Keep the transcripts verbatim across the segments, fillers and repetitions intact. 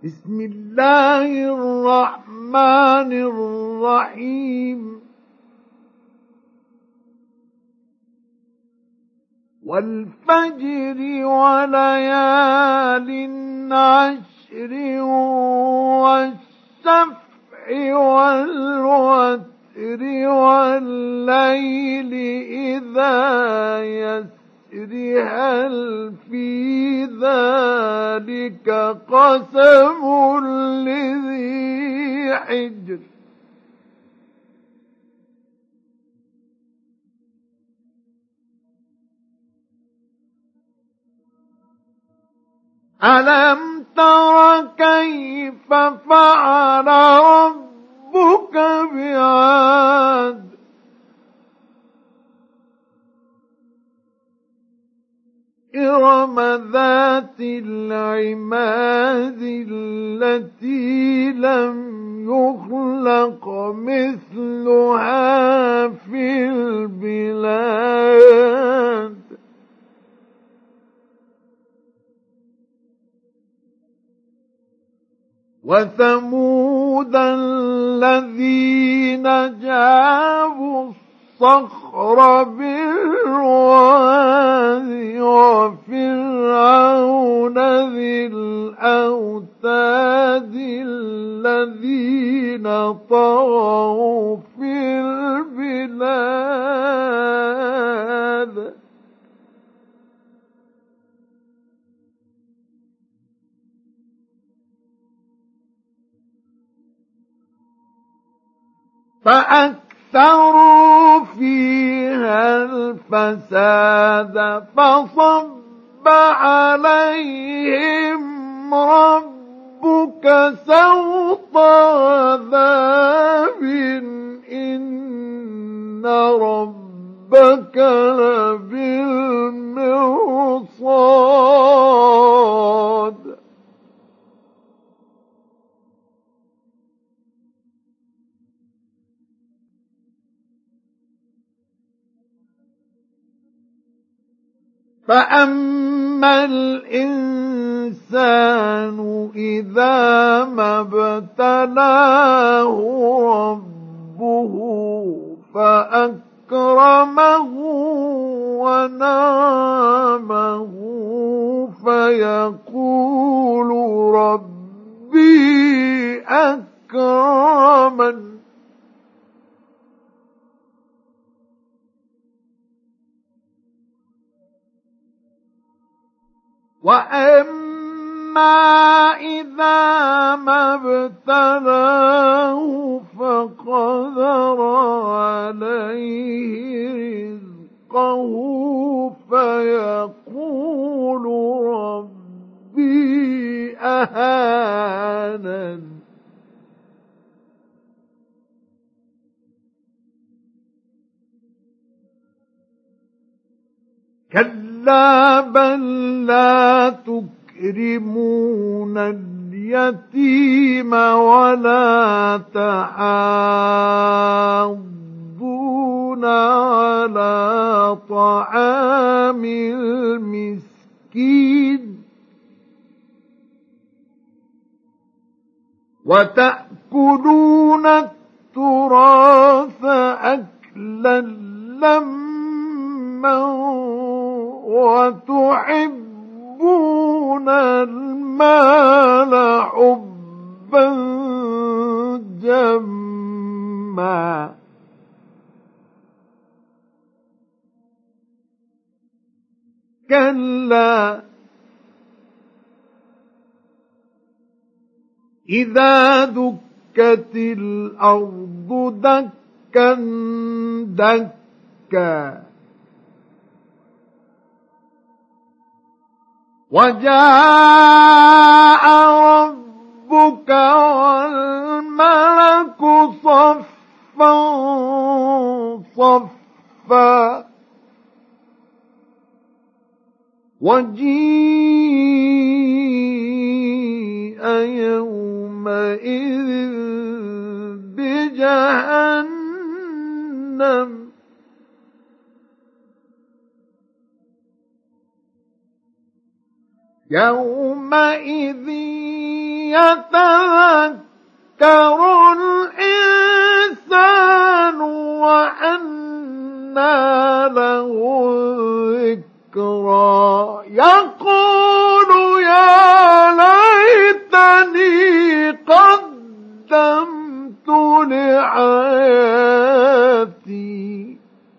بسم الله الرحمن الرحيم والفجر وليال عشر والشفع والوتر والليل إذا يسر هل في ذلك قسم لذي حجر ألم تر كيف فعل ربك بعاد إرم ذات العماد التي لم يخلق مثلها في البلاد وثمود الذين جابوا الصخر بالوادي وفرعون ذي الأوتاد الذين طغوا في البلاد فأكثروا فيها الفساد فصب عليهم ربك سوط عذاب إن ربك لبالمرصاد فأما الإنسان إذا ما ابتلاه ربه فأكرمه ونعمه فيقول ربي أكرمن وأما إذا ما ابتلاه فقدر عليه رزقه فيقول ربي أهانن كلا بل لا تكرمون اليتيم ولا تحاضون على طعام المسكين وتأكلون التراث أكلا لما وتحبون المال حبا جما كلا إذا دكت الأرض دكا دكا وجاء ربك والملك صفا صفا وجيء يومئذ بجهنم يومئذ يتذكر الإنسان وأنى له الذكرى يقول يا ليتني قدمت لحياتي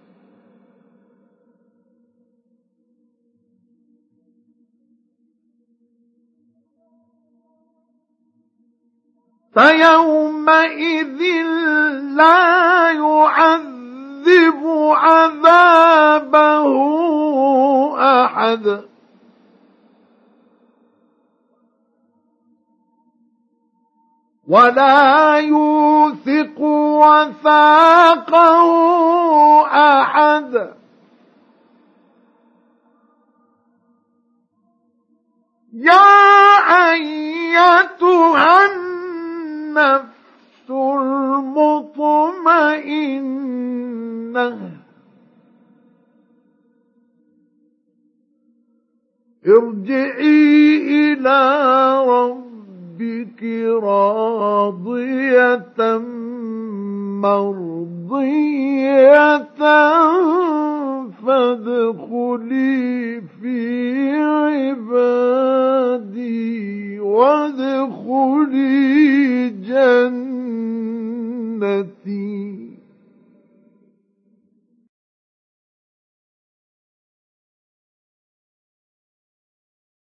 فيومئذ لا يعذب عذابه أحد ولا يوثق وثاقه أحد يا أيتها النفس المطمئنة ارجعي إلى ربك راضية مرضية